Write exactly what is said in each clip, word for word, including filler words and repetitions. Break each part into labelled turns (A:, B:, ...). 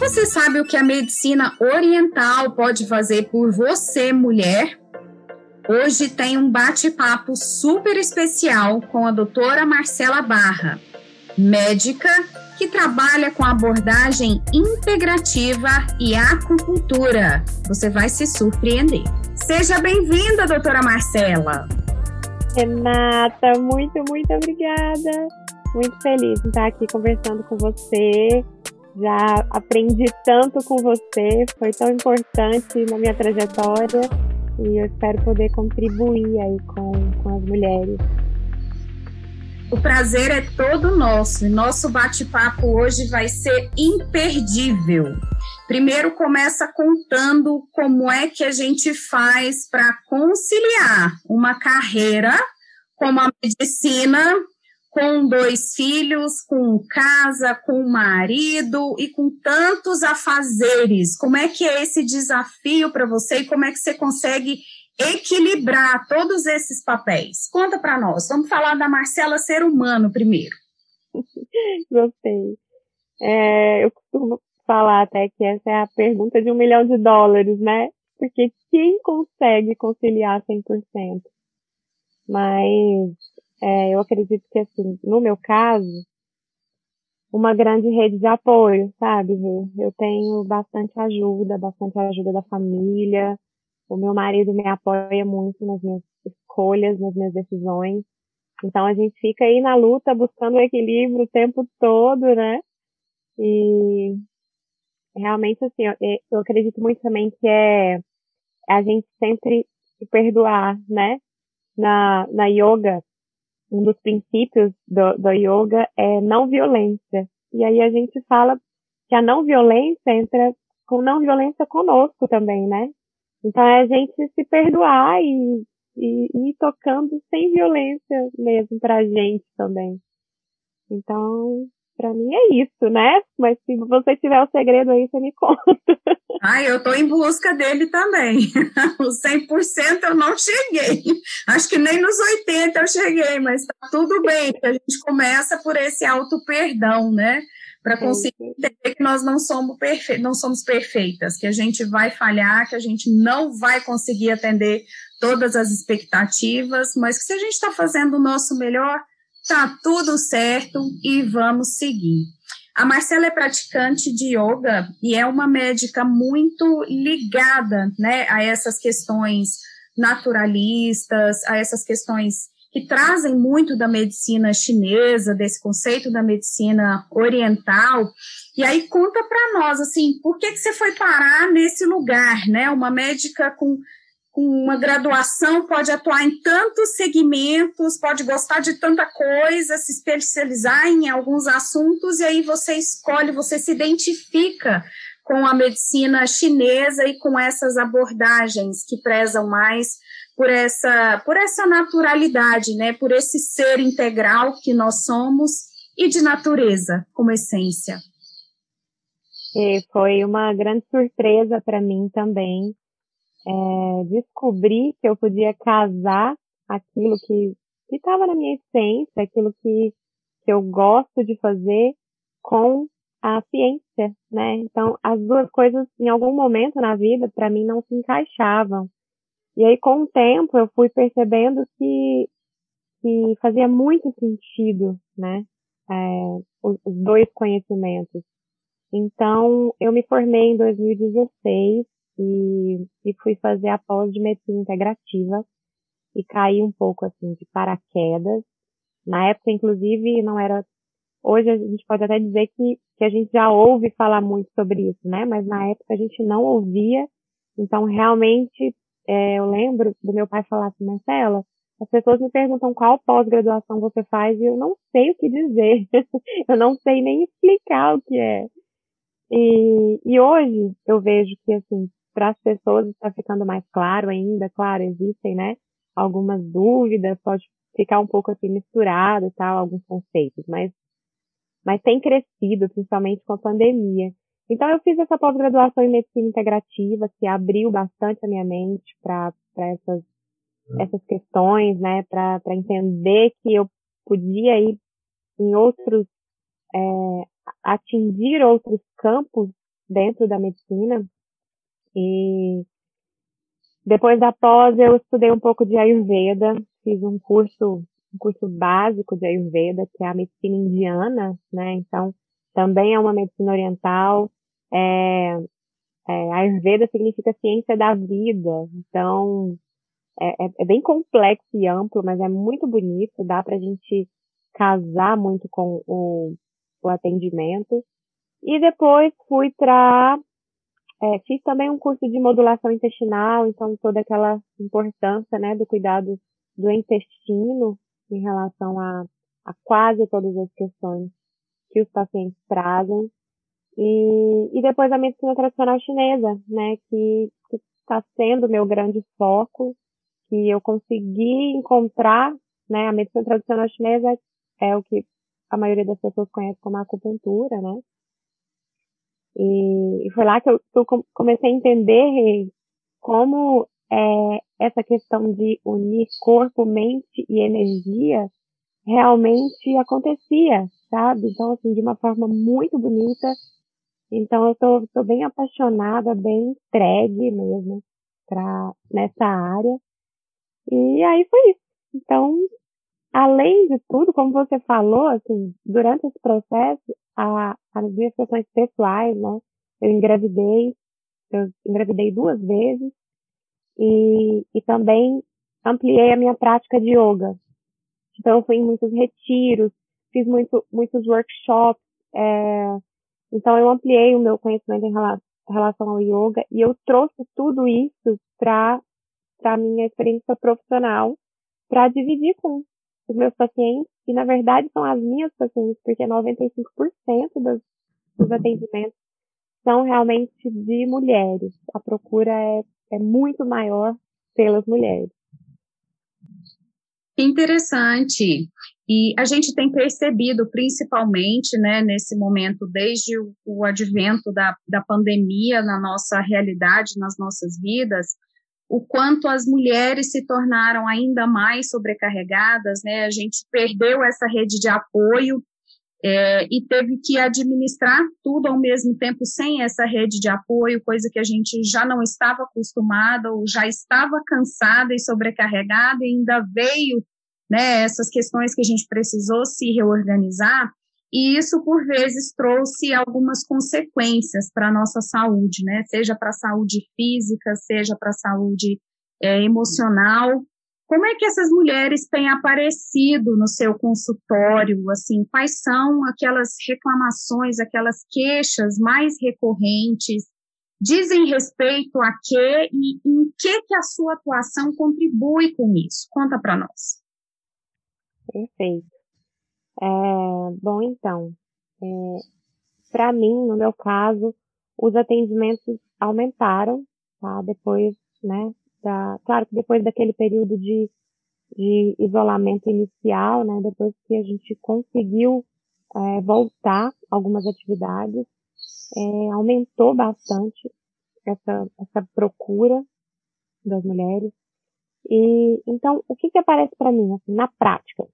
A: você sabe o que a medicina oriental pode fazer por você, mulher? Hoje tem um bate-papo super especial com a doutora Marcela Barra, médica que trabalha com abordagem integrativa e acupuntura. Você vai se surpreender. Seja bem-vinda, doutora Marcela.
B: Renata, muito, muito obrigada. Muito feliz de estar aqui conversando com você. Já aprendi tanto com você, foi tão importante na minha trajetória e eu espero poder contribuir aí com, com as mulheres.
A: O prazer é todo nosso. Nosso bate-papo hoje vai ser imperdível. Primeiro começa contando como é que a gente faz para conciliar uma carreira como a medicina, com dois filhos, com casa, com marido e com tantos afazeres. Como é que é esse desafio para você e como é que você consegue equilibrar todos esses papéis? Conta para nós. Vamos falar da Marcela ser humano primeiro.
B: Gostei. É, eu costumo falar até que essa é a pergunta de um milhão de dólares, né? Porque quem consegue conciliar cem por cento? Mas é, eu acredito que, assim, no meu caso, uma grande rede de apoio, sabe? Eu tenho bastante ajuda, bastante ajuda da família. O meu marido me apoia muito nas minhas escolhas, nas minhas decisões. Então a gente fica aí na luta, buscando o equilíbrio o tempo todo, né? E realmente, assim, eu, eu acredito muito também que é a gente sempre se perdoar, né? Na, na yoga, um dos princípios do, do yoga é não violência. E aí a gente fala que a não violência entra com não violência conosco também, né? Então é a gente se perdoar e, e, e ir tocando sem violência mesmo pra gente também. Então, pra mim é isso, né? Mas se você tiver o segredo aí, você me conta.
A: Ah, eu tô em busca dele também. Os cem por cento eu não cheguei. Acho que nem nos oitenta eu cheguei, mas tá tudo bem, porque a gente começa por esse auto-perdão, né? Para conseguir entender que nós não somos, perfe- não somos perfeitas, que a gente vai falhar, que a gente não vai conseguir atender todas as expectativas, mas que se a gente está fazendo o nosso melhor, tá tudo certo e vamos seguir. A Marcela é praticante de yoga e é uma médica muito ligada, né, a essas questões naturalistas, a essas questões que trazem muito da medicina chinesa, desse conceito da medicina oriental. E aí conta para nós, assim, por que que você foi parar nesse lugar, né? Uma médica com com uma graduação pode atuar em tantos segmentos, pode gostar de tanta coisa, se especializar em alguns assuntos, e aí você escolhe, você se identifica com a medicina chinesa e com essas abordagens que prezam mais por essa, por essa naturalidade, né? Por esse ser integral que nós somos e de natureza como essência.
B: E foi uma grande surpresa para mim também. É, descobri que eu podia casar aquilo que estava na minha essência, aquilo que, que eu gosto de fazer com a ciência, né? Então, as duas coisas, em algum momento na vida, para mim, não se encaixavam. E aí, com o tempo, eu fui percebendo que, que fazia muito sentido, né? É, os, os dois conhecimentos. Então, eu me formei em dois mil e dezesseis, E, e fui fazer a pós de medicina integrativa e caí um pouco assim de paraquedas. Na época, inclusive, não era. Hoje a gente pode até dizer que, que a gente já ouve falar muito sobre isso, né? Mas na época a gente não ouvia. Então, realmente, é, eu lembro do meu pai falar assim, Marcela, as pessoas me perguntam qual pós-graduação você faz e eu não sei o que dizer. Eu não sei nem explicar o que é. E, e hoje eu vejo que, assim, para as pessoas está ficando mais claro ainda, claro, existem, né, algumas dúvidas, pode ficar um pouco assim misturado e tal, alguns conceitos, mas, mas tem crescido, principalmente com a pandemia. Então eu fiz essa pós-graduação em medicina integrativa, que abriu bastante a minha mente para essas, essas questões, né, para entender que eu podia ir em outros, é, atingir outros campos dentro da medicina. E depois da pós, eu estudei um pouco de Ayurveda, fiz um curso, um curso básico de Ayurveda, que é a medicina indiana, né? Então, também é uma medicina oriental. É, é, Ayurveda significa ciência da vida. Então, é, é, é bem complexo e amplo, mas é muito bonito. Dá pra gente casar muito com o, o atendimento. E depois fui para É, fiz também um curso de modulação intestinal, então toda aquela importância, né, do cuidado do intestino em relação a, a quase todas as questões que os pacientes trazem. E, e depois a medicina tradicional chinesa, né, que está sendo o meu grande foco, que eu consegui encontrar, né, a medicina tradicional chinesa é o que a maioria das pessoas conhece como acupuntura, né, e, e foi lá que eu, que eu comecei a entender como é, essa questão de unir corpo, mente e energia realmente acontecia, sabe? Então, assim, de uma forma muito bonita. Então, eu tô, tô bem apaixonada, bem entregue mesmo pra, nessa área. E aí foi isso. Então, além de tudo, como você falou, assim, durante esse processo, a, as minhas questões pessoais, né? Eu engravidei, eu engravidei duas vezes e, e também ampliei a minha prática de yoga. Então, eu fui em muitos retiros, fiz muito, muitos workshops, é, então eu ampliei o meu conhecimento em rela- relação ao yoga e eu trouxe tudo isso para a minha experiência profissional para dividir com os meus pacientes, que na verdade são as minhas pacientes, porque noventa e cinco por cento dos, dos atendimentos são realmente de mulheres. A procura é, é muito maior pelas mulheres.
A: Interessante. E a gente tem percebido, principalmente, né, nesse momento, desde o, o advento da, da pandemia na nossa realidade, nas nossas vidas, o quanto as mulheres se tornaram ainda mais sobrecarregadas, né? A gente perdeu essa rede de apoio é, e teve que administrar tudo ao mesmo tempo sem essa rede de apoio, coisa que a gente já não estava acostumada ou já estava cansada e sobrecarregada e ainda veio, né, essas questões que a gente precisou se reorganizar, e isso, por vezes, trouxe algumas consequências para a nossa saúde, né, seja para a saúde física, seja para a saúde é, emocional. Como é que essas mulheres têm aparecido no seu consultório? Assim, quais são aquelas reclamações, aquelas queixas mais recorrentes? Dizem respeito a quê e em que que a sua atuação contribui com isso? Conta para nós.
B: Perfeito. É, bom, então, é, para mim, no meu caso, os atendimentos aumentaram, tá? Depois, né, da, claro que depois daquele período de, de isolamento inicial, né, depois que a gente conseguiu é, voltar algumas atividades, é, aumentou bastante essa, essa procura das mulheres. E então, o que que aparece para mim, assim, na prática?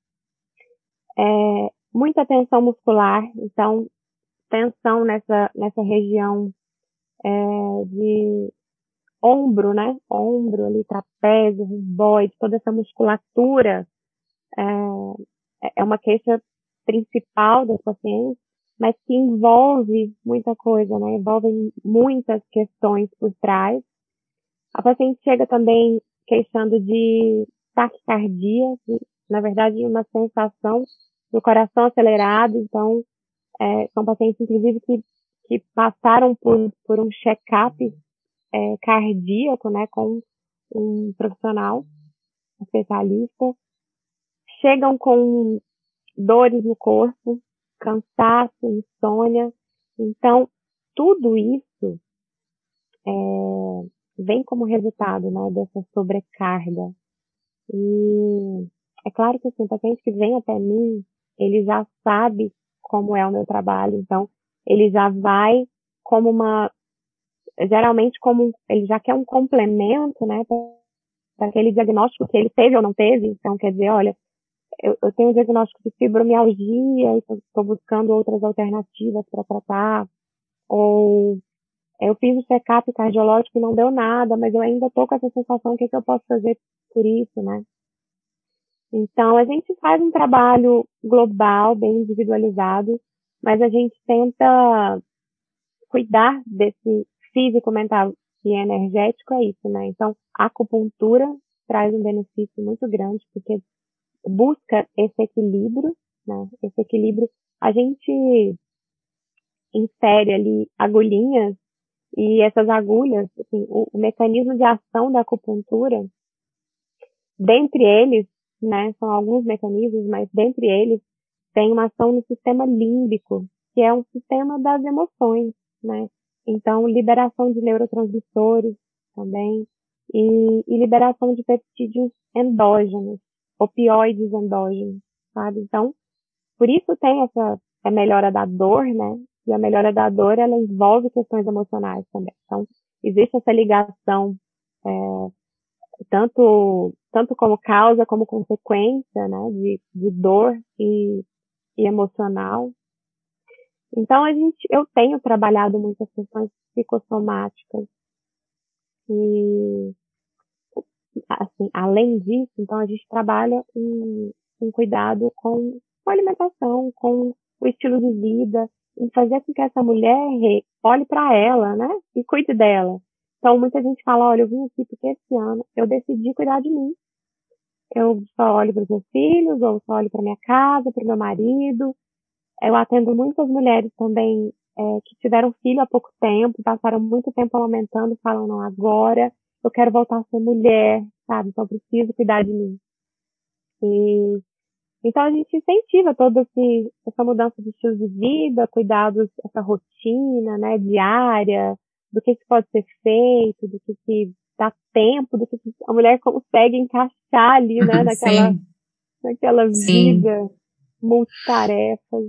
B: É, muita tensão muscular, então tensão nessa nessa região é, de ombro, né? Ombro ali, trapézio, romboide, toda essa musculatura é, é uma queixa principal das pacientes, mas que envolve muita coisa, né? Envolve muitas questões por trás. A paciente chega também queixando de taquicardia, que, na verdade, uma sensação do coração acelerado. Então, é, são pacientes, inclusive, que, que passaram por, por um check-up é, cardíaco, né, com um profissional, um especialista. Chegam com dores no corpo, cansaço, insônia. Então, tudo isso é, vem como resultado, né, dessa sobrecarga. E é claro que assim, o paciente que vem até mim, ele já sabe como é o meu trabalho, então ele já vai como uma, geralmente como, ele já quer um complemento, né, para aquele diagnóstico que ele teve ou não teve, então quer dizer, olha, eu, eu tenho um diagnóstico de fibromialgia e estou buscando outras alternativas para tratar, Ou eu fiz o check-up cardiológico e não deu nada, mas eu ainda tô com essa sensação, o que, que eu posso fazer por isso, né? Então, a gente faz um trabalho global, bem individualizado, mas a gente tenta cuidar desse físico, mental e energético, é isso, né? Então, a acupuntura traz um benefício muito grande, porque busca esse equilíbrio, né? Esse equilíbrio, a gente insere ali agulhinhas, e essas agulhas, assim, o, o mecanismo de ação da acupuntura, dentre eles, né, são alguns mecanismos, mas dentre eles tem uma ação no sistema límbico, que é um sistema das emoções, né? Então, liberação de neurotransmissores também, e, e liberação de peptídeos endógenos, opioides endógenos, sabe? Então, por isso tem essa a melhora da dor, né? E a melhora da dor, ela envolve questões emocionais também. Então, existe essa ligação, é, tanto, tanto como causa, como consequência, né? De, de dor e, e emocional. Então, a gente, eu tenho trabalhado muitas questões psicossomáticas. E, assim, além disso, então, a gente trabalha um, um cuidado com, com a alimentação, com o estilo de vida, em fazer com que essa mulher olhe para ela, né? E cuide dela. Então, muita gente fala, olha, eu vim aqui porque esse ano eu decidi cuidar de mim. Eu só olho para os meus filhos, ou só olho para minha casa, para o meu marido. Eu atendo muitas mulheres também é, que tiveram filho há pouco tempo, passaram muito tempo amamentando, falam, não, agora eu quero voltar a ser mulher, sabe? Então, eu preciso cuidar de mim. E então, a gente incentiva toda esse, essa mudança de estilo de vida, cuidados, essa rotina, né, diária, do que, que pode ser feito, do que, que dá tempo, do que, que a mulher consegue encaixar ali, né, naquela,
A: Sim,
B: naquela
A: sim.
B: vida multitarefas.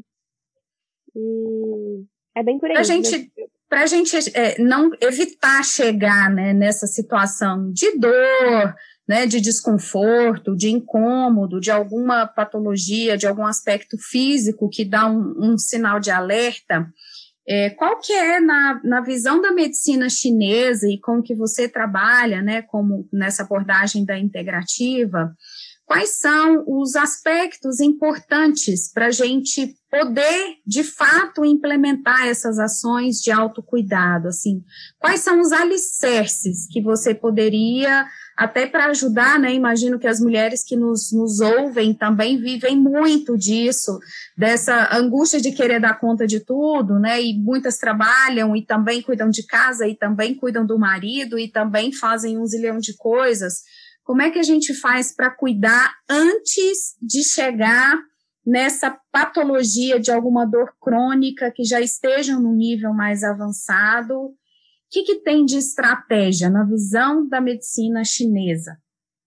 B: E é bem por
A: Para
B: aí.
A: gente, a gente é, não evitar chegar, né, nessa situação de dor, né, de desconforto, de incômodo, de alguma patologia, de algum aspecto físico que dá um, um sinal de alerta, é, qual que é, na, na visão da medicina chinesa e com que você trabalha, né, como nessa abordagem da integrativa, quais são os aspectos importantes para a gente poder, de fato, implementar essas ações de autocuidado? Assim, quais são os alicerces que você poderia, até para ajudar, né? Imagino que as mulheres que nos, nos ouvem também vivem muito disso, dessa angústia de querer dar conta de tudo, né? E muitas trabalham e também cuidam de casa, e também cuidam do marido, e também fazem um zilhão de coisas. Como é que a gente faz para cuidar antes de chegar nessa patologia de alguma dor crônica que já esteja no nível mais avançado? O que, que tem de estratégia na visão da medicina chinesa?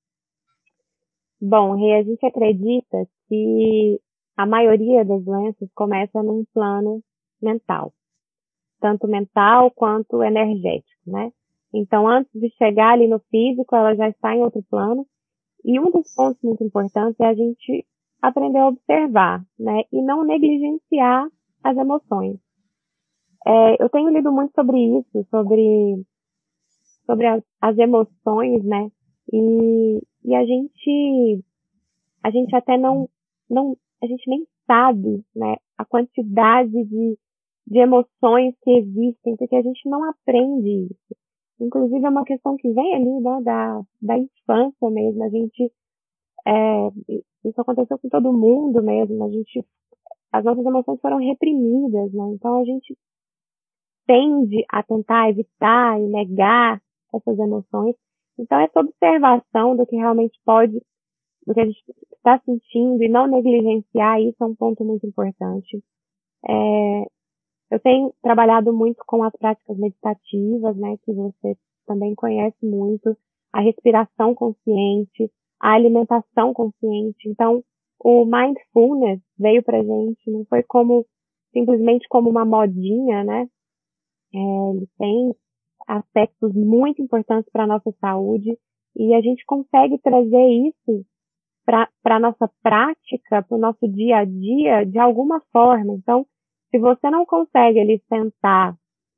B: Bom, Rê, a gente acredita que a maioria das doenças começa num plano mental, tanto mental quanto energético, né? Então, antes de chegar ali no físico, ela já está em outro plano. E um dos pontos muito importantes é a gente aprender a observar, né? E não negligenciar as emoções. É, eu tenho lido muito sobre isso, sobre, sobre as, as emoções, né? E, e a gente, a gente até não, não, a gente nem sabe, né? A quantidade de, de emoções que existem, porque a gente não aprende isso. Inclusive, é uma questão que vem ali, né, da, da infância mesmo. A gente, é, isso aconteceu com todo mundo mesmo. A gente, as nossas emoções foram reprimidas, né? Então, a gente tende a tentar evitar e negar essas emoções. Então, essa observação do que realmente pode, do que a gente está sentindo e não negligenciar, isso é um ponto muito importante. É, eu tenho trabalhado muito com as práticas meditativas, né, que você também conhece muito, a respiração consciente, a alimentação consciente. Então, o mindfulness veio pra gente, não foi como, simplesmente como uma modinha, né? É, ele tem aspectos muito importantes para a nossa saúde e a gente consegue trazer isso para a nossa prática, para o nosso dia a dia, de alguma forma. Então, se você não consegue ali sentar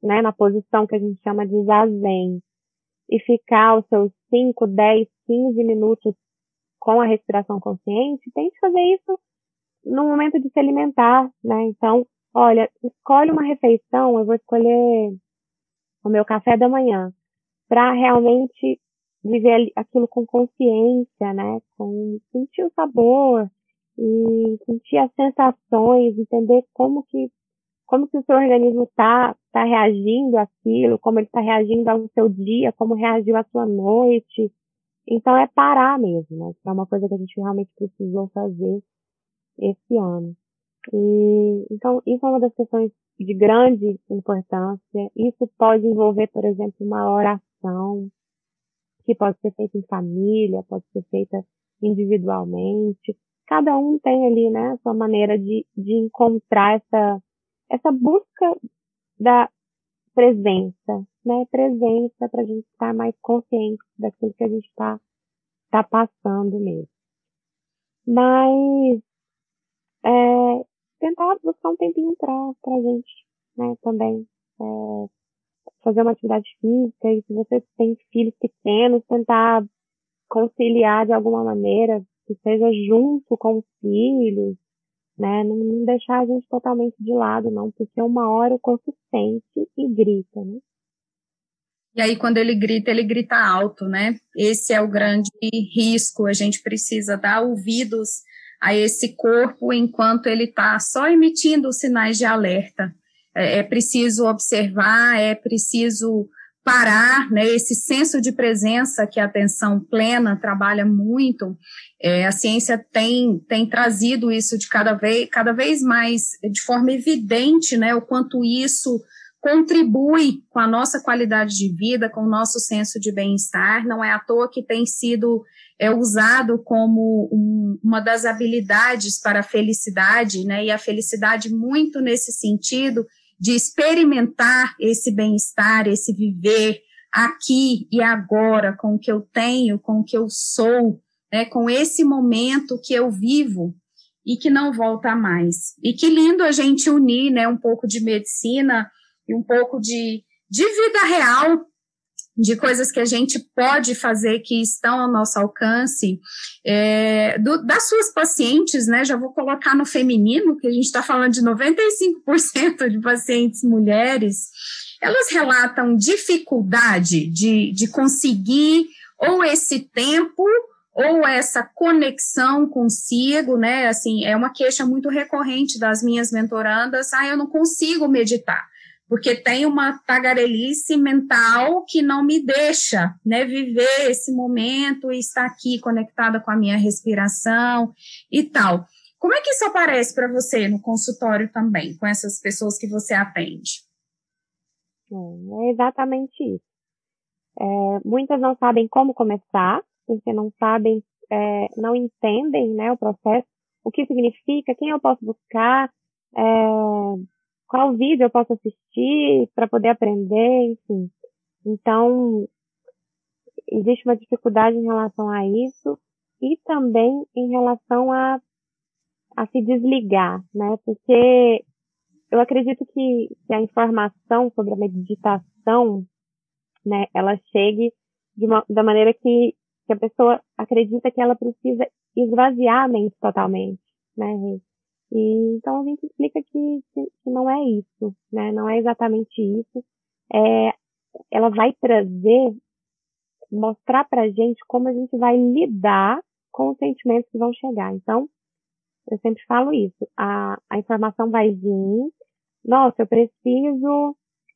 B: né, na posição que a gente chama de zazen, e ficar os seus cinco, dez, quinze minutos com a respiração consciente, tente fazer isso no momento de se alimentar, né? Então, olha, escolhe uma refeição, eu vou escolher o meu café da manhã, para realmente viver aquilo com consciência, né? Com sentir o sabor e sentir as sensações, entender como que como que o seu organismo está tá reagindo àquilo, como ele está reagindo ao seu dia, como reagiu à sua noite. Então é parar mesmo, né? É uma coisa que a gente realmente precisou fazer esse ano. E, então, isso é uma das questões de grande importância. Isso pode envolver, por exemplo, uma oração, que pode ser feita em família, pode ser feita individualmente. Cada um tem ali, né, a sua maneira de, de encontrar essa, essa busca da presença, né? Presença para a gente estar mais consciente daquilo que a gente está tá passando mesmo. Mas é, tentar buscar um tempinho para a gente, né, também. É, fazer uma atividade física, e se você tem filhos pequenos, tentar conciliar de alguma maneira, que seja junto com os filhos, né? Não, não deixar a gente totalmente de lado, não, porque uma hora o corpo sente e grita, né?
A: E aí, quando ele grita, ele grita alto, né? Esse é o grande risco. A gente precisa dar ouvidos a esse corpo enquanto ele está só emitindo sinais de alerta. É, é preciso observar, é preciso parar, né? Esse senso de presença que a atenção plena trabalha muito. É, a ciência tem, tem trazido isso de cada vez, cada vez mais de forma evidente, né? O quanto isso contribui com a nossa qualidade de vida, com o nosso senso de bem-estar. Não é à toa que tem sido é, usado como um, uma das habilidades para a felicidade, né? E a felicidade muito nesse sentido de experimentar esse bem-estar, esse viver aqui e agora, com o que eu tenho, com o que eu sou, né? Com esse momento que eu vivo e que não volta mais. E que lindo a gente unir, né, um pouco de medicina e um pouco de, de vida real, de coisas que a gente pode fazer que estão ao nosso alcance, é, do, das suas pacientes, né, já vou colocar no feminino, que a gente está falando de noventa e cinco por cento de pacientes mulheres, elas relatam dificuldade de, de conseguir ou esse tempo ou essa conexão consigo, né, assim, é uma queixa muito recorrente das minhas mentorandas, ah, eu não consigo meditar, porque tem uma tagarelice mental que não me deixa, né, viver esse momento e estar aqui conectada com a minha respiração e tal. Como é que isso aparece para você no consultório também, com essas pessoas que você atende?
B: É, é exatamente isso. É, muitas não sabem como começar, porque não sabem, é, não entendem, né, o processo, o que significa, quem eu posso buscar, é, qual vídeo eu posso assistir para poder aprender, enfim. Então, existe uma dificuldade em relação a isso e também em relação a, a se desligar, né? Porque eu acredito que, que a informação sobre a meditação, né, ela chegue de uma, da maneira que, que a pessoa acredita que ela precisa esvaziar a mente totalmente, né? E, então a gente explica que, que, que não é isso, né? Não é exatamente isso. É, ela vai trazer, mostrar pra gente como a gente vai lidar com os sentimentos que vão chegar. Então, eu sempre falo isso. A, a informação vai vir. Nossa, eu preciso,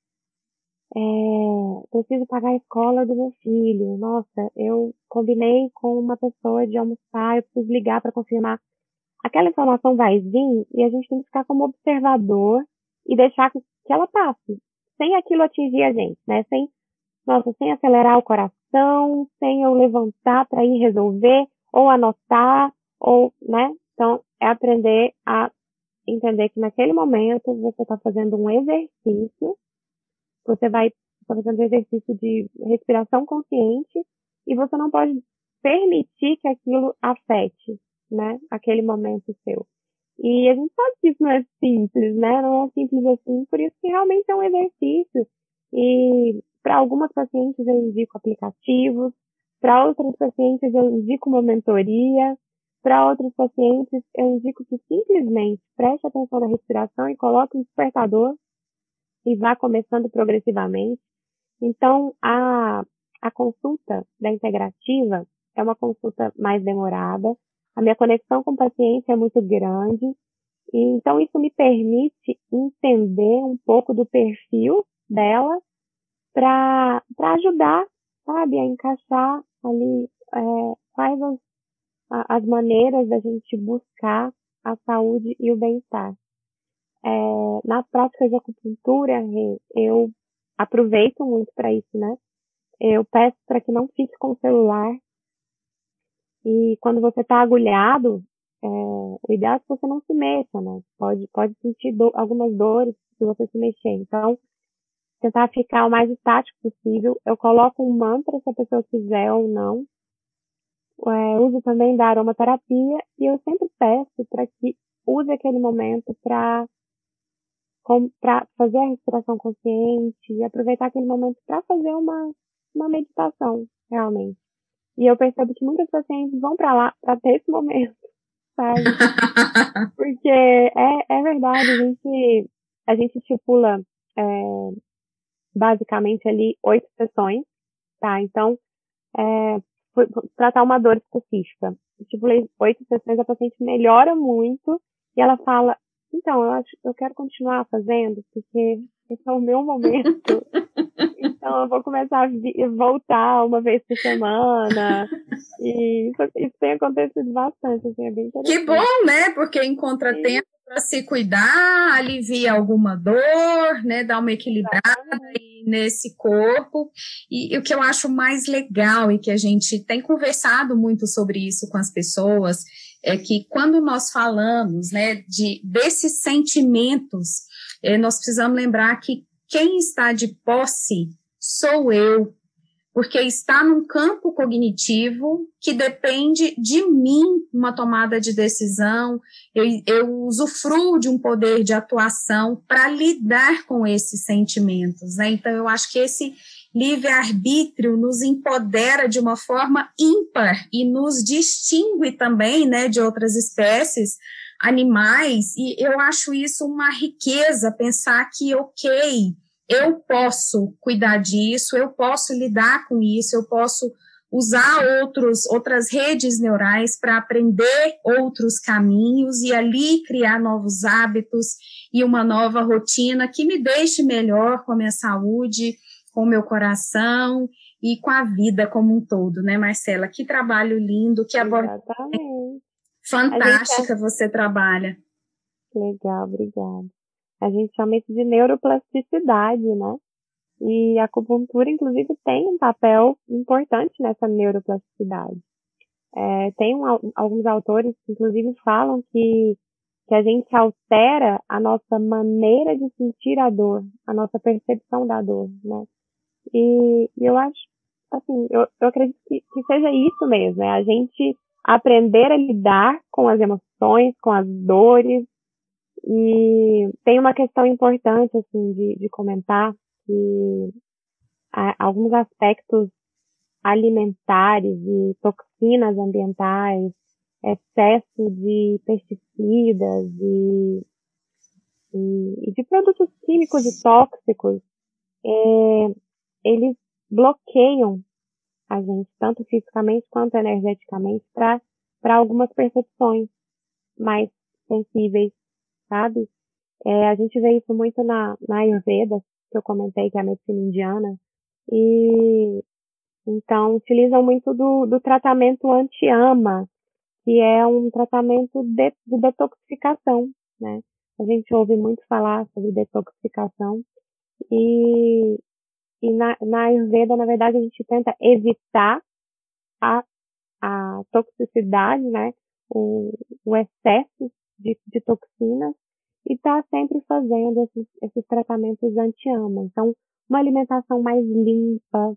B: é, preciso pagar a escola do meu filho. Nossa, eu combinei com uma pessoa de almoçar, eu preciso ligar para confirmar. Aquela informação vai vir e a gente tem que ficar como observador e deixar que, que ela passe, sem aquilo atingir a gente, né? Sem, nossa, sem acelerar o coração, sem eu levantar para ir resolver, ou anotar, ou, né? Então, é aprender a entender que naquele momento você está fazendo um exercício, você vai tá fazendo um exercício de respiração consciente e você não pode permitir que aquilo afete, né, aquele momento seu. E a gente sabe que isso não é simples, né? Não é simples assim, por isso que realmente é um exercício. E para algumas pacientes eu indico aplicativos, para outras pacientes eu indico uma mentoria, para outros pacientes eu indico que simplesmente preste atenção na respiração e coloque um despertador e vá começando progressivamente. Então, a, a consulta da integrativa é uma consulta mais demorada, a minha conexão com o paciente é muito grande, e então isso me permite entender um pouco do perfil dela para ajudar, sabe, a encaixar ali é, quais as, as maneiras da gente buscar a saúde e o bem-estar. É, nas práticas de acupuntura, eu aproveito muito para isso, né? Eu peço para que não fique com o celular. E quando você está agulhado, é, o ideal é que você não se mexa, né? Pode, pode sentir do, algumas dores se você se mexer. Então, tentar ficar o mais estático possível. Eu coloco um mantra se a pessoa quiser ou não. É, uso também da aromaterapia e eu sempre peço para que use aquele momento para para fazer a respiração consciente e aproveitar aquele momento para fazer uma, uma meditação, realmente. E eu percebo que muitas pacientes vão para lá para ter esse momento, sabe? Porque é, é verdade, a gente, a gente estipula é, basicamente ali oito sessões, tá? Então, é, tratar uma dor específica. Estipulei oito sessões, a paciente melhora muito e ela fala, então, eu acho eu quero continuar fazendo, porque esse é o meu momento. Então, eu vou começar a voltar uma vez por semana. E isso, isso tem acontecido bastante, assim, é bem interessante.
A: Que bom, né? Porque encontra Sim. tempo para se cuidar, alivia alguma dor, né? Dá uma equilibrada aí nesse corpo. E, e o que eu acho mais legal e que a gente tem conversado muito sobre isso com as pessoas é que quando nós falamos, né, de, desses sentimentos, eh, nós precisamos lembrar que quem está de posse sou eu, porque está num campo cognitivo que depende de mim uma tomada de decisão, eu, eu usufruo de um poder de atuação para lidar com esses sentimentos, né? Então, eu acho que esse livre-arbítrio nos empodera de uma forma ímpar e nos distingue também, né, de outras espécies animais, e eu acho isso uma riqueza, pensar que, ok, eu posso cuidar disso, eu posso lidar com isso, eu posso usar outros, outras redes neurais para aprender outros caminhos e ali criar novos hábitos e uma nova rotina que me deixe melhor com a minha saúde, com o meu coração e com a vida como um todo, né, Marcela? Que trabalho lindo, que abordagem fantástica gente... você trabalha.
B: Legal, obrigada. A gente chama isso de neuroplasticidade, né? E a acupuntura, inclusive, tem um papel importante nessa neuroplasticidade. É, tem um, alguns autores que, inclusive, falam que, que a gente altera a nossa maneira de sentir a dor, a nossa percepção da dor, né? E, e eu acho, assim, eu, eu acredito que, que seja isso mesmo, é a gente aprender a lidar com as emoções, com as dores. E tem uma questão importante, assim, de, de comentar, que há alguns aspectos alimentares e toxinas ambientais, excesso de pesticidas e, e, e de produtos químicos e tóxicos, é, eles bloqueiam a gente, tanto fisicamente quanto energeticamente, para algumas percepções mais sensíveis, sabe? É, a gente vê isso muito na, na Ayurveda, que eu comentei, que é a medicina indiana, e então utilizam muito do, do tratamento anti-ama, que é um tratamento de, de detoxificação, né? A gente ouve muito falar sobre detoxificação, e, e na, na Ayurveda, na verdade, a gente tenta evitar a, a toxicidade, né? O, o excesso de, de toxinas, e está sempre fazendo esses, esses tratamentos anti-ama. Então, uma alimentação mais limpa,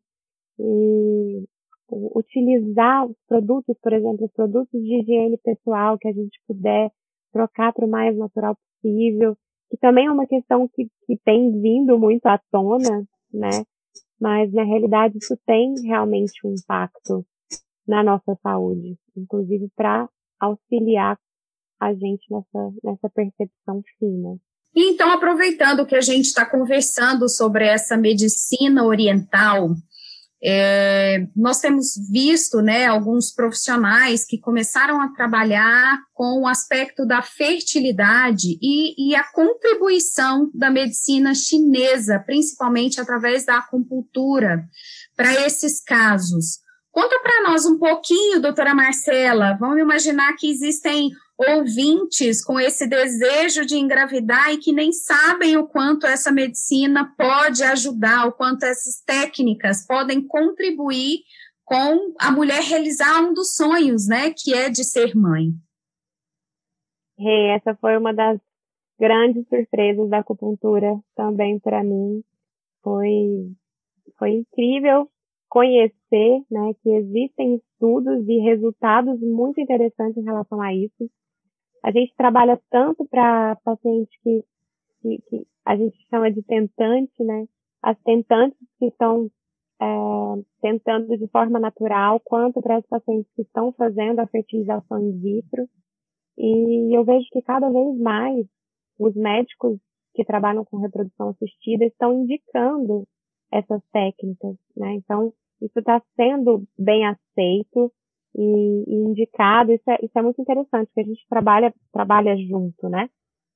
B: e utilizar os produtos, por exemplo, os produtos de higiene pessoal que a gente puder trocar para o mais natural possível, que também é uma questão que, que tem vindo muito à tona, né? Mas, na realidade, isso tem realmente um impacto na nossa saúde, inclusive para auxiliar a gente nessa, nessa percepção fina.
A: Então, aproveitando que a gente está conversando sobre essa medicina oriental, é, nós temos visto, né, alguns profissionais que começaram a trabalhar com o aspecto da fertilidade e, e a contribuição da medicina chinesa, principalmente através da acupuntura, para esses casos. Conta para nós um pouquinho, doutora Marcela. Vamos imaginar que existem ouvintes com esse desejo de engravidar e que nem sabem o quanto essa medicina pode ajudar, o quanto essas técnicas podem contribuir com a mulher realizar um dos sonhos, né, que é de ser mãe.
B: Hey, essa foi uma das grandes surpresas da acupuntura também para mim. Foi, foi incrível conhecer, né, que existem estudos e resultados muito interessantes em relação a isso. A gente trabalha tanto para pacientes que, que, que a gente chama de tentante, né? As tentantes que estão é, tentando de forma natural, quanto para as pacientes que estão fazendo a fertilização in vitro. E eu vejo que cada vez mais os médicos que trabalham com reprodução assistida estão indicando essas técnicas, né? Então, isso está sendo bem aceito e, e indicado. Isso é, isso é muito interessante, porque a gente trabalha, trabalha junto, né?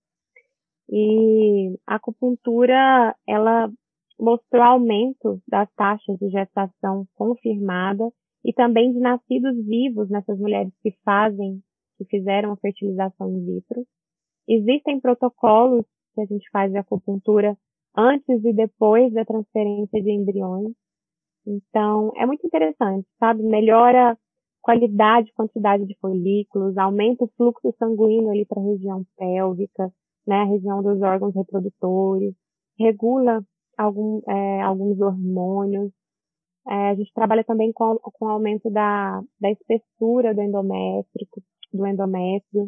B: E a acupuntura, ela mostrou aumento das taxas de gestação confirmada e também de nascidos vivos nessas mulheres que fazem, que fizeram a fertilização in vitro. Existem protocolos que a gente faz de acupuntura antes e depois da transferência de embriões. Então, é muito interessante, sabe? Melhora qualidade e quantidade de folículos, aumenta o fluxo sanguíneo ali para a região pélvica, né? A região dos órgãos reprodutores, regula algum, é, alguns hormônios. É, a gente trabalha também com, com o aumento da, da espessura do endométrico, do endométrio.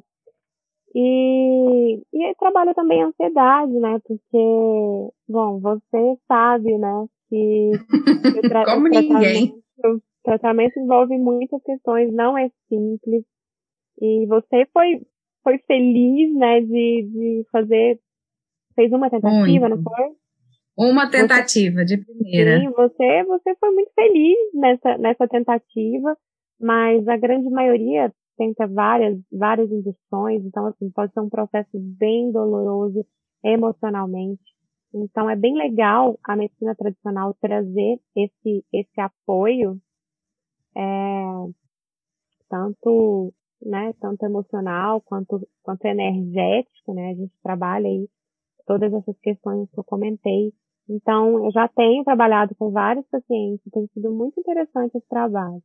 B: E, e trabalha também a ansiedade, né? Porque, bom, você sabe, né? Que o, tra-
A: Como
B: o
A: ninguém.
B: tratamento, o tratamento envolve muitas questões, não é simples. E você foi, foi feliz, né? De, de fazer, fez uma tentativa,
A: Muito.
B: não foi?
A: Uma tentativa você, de primeira.
B: Sim, você, você foi muito feliz nessa, nessa tentativa, mas a grande maioria tenta várias, várias induções, então assim, pode ser um processo bem doloroso emocionalmente. Então é bem legal a medicina tradicional trazer esse, esse apoio, é, tanto, né, tanto emocional quanto, quanto energético, né, a gente trabalha aí todas essas questões que eu comentei. Então, eu já tenho trabalhado com vários pacientes, tem sido muito interessante esse trabalho.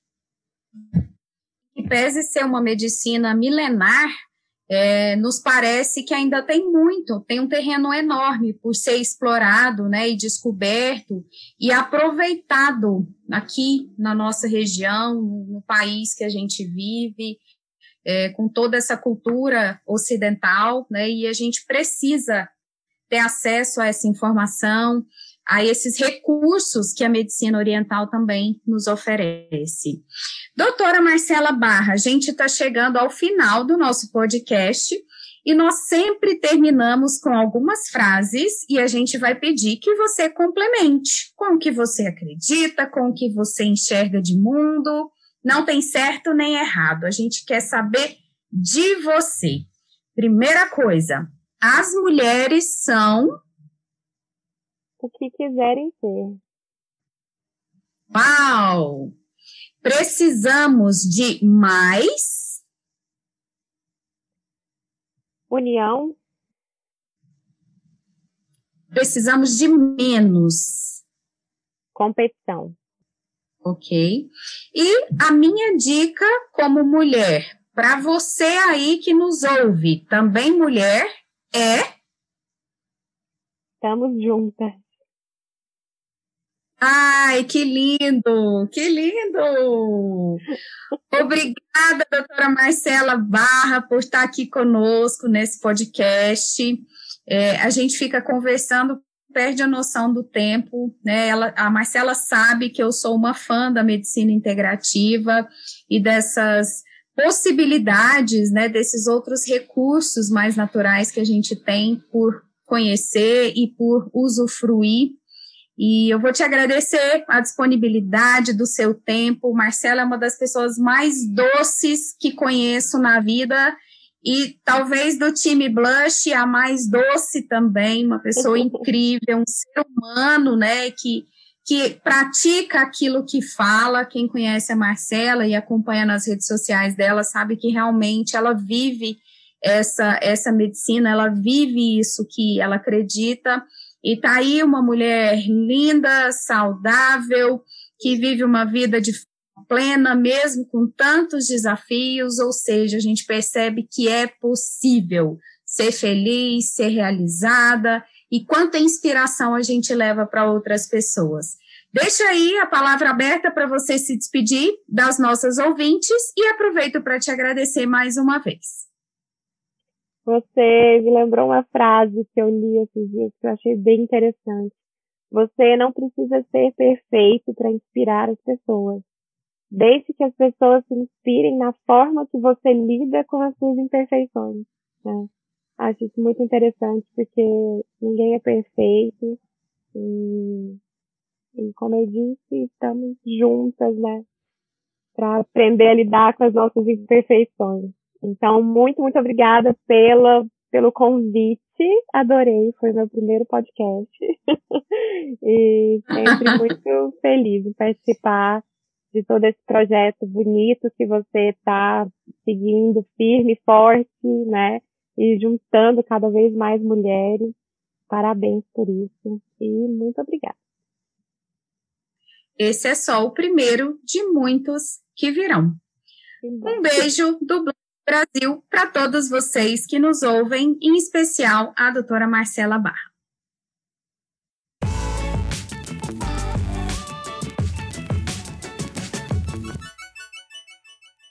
A: E pese ser uma medicina milenar, é, nos parece que ainda tem muito, tem um terreno enorme por ser explorado, né, e descoberto e aproveitado aqui na nossa região, no país que a gente vive, é, com toda essa cultura ocidental, né, e a gente precisa ter acesso a essa informação, a esses recursos que a medicina oriental também nos oferece. Doutora Marcela Barra, a gente está chegando ao final do nosso podcast e nós sempre terminamos com algumas frases e a gente vai pedir que você complemente com o que você acredita, com o que você enxerga de mundo. Não tem certo nem errado, a gente quer saber de você. Primeira coisa, as mulheres são...
B: o que quiserem ser.
A: Uau! Precisamos de mais...
B: união.
A: Precisamos de menos...
B: competição.
A: Ok? E a minha dica como mulher, para você aí que nos ouve, também mulher, é...
B: Estamos juntas.
A: Ai, que lindo, que lindo! Obrigada, doutora Marcela Barra, por estar aqui conosco nesse podcast. É, a gente fica conversando perde a noção do tempo, né? Ela, a Marcela sabe que eu sou uma fã da medicina integrativa e dessas possibilidades, né, desses outros recursos mais naturais que a gente tem por conhecer e por usufruir. E eu vou te agradecer a disponibilidade do seu tempo. Marcela é uma das pessoas mais doces que conheço na vida e talvez do time Blush a mais doce também, uma pessoa incrível, um ser humano, né, que, que pratica aquilo que fala. Quem conhece a Marcela e acompanha nas redes sociais dela sabe que realmente ela vive essa, essa medicina, ela vive isso que ela acredita. E tá aí uma mulher linda, saudável, que vive uma vida de forma plena, mesmo com tantos desafios, ou seja, a gente percebe que é possível ser feliz, ser realizada, e quanta inspiração a gente leva para outras pessoas. Deixa aí a palavra aberta para você se despedir das nossas ouvintes e aproveito para te agradecer mais uma vez.
B: Você me lembrou uma frase que eu li esses dias que eu achei bem interessante. Você não precisa ser perfeito para inspirar as pessoas. Deixe que as pessoas se inspirem na forma que você lida com as suas imperfeições, né? Acho isso muito interessante porque ninguém é perfeito e, e como eu disse, estamos juntas, né, para aprender a lidar com as nossas imperfeições. Então, muito, muito obrigada pela, pelo convite. Adorei, foi meu primeiro podcast. E sempre muito feliz em participar de todo esse projeto bonito que você está seguindo firme e forte, né? E juntando cada vez mais mulheres. Parabéns por isso. E muito obrigada.
A: Esse é só o primeiro de muitos que virão. Um beijo do Brasil para todos vocês que nos ouvem, em especial a doutora Marcela Barra.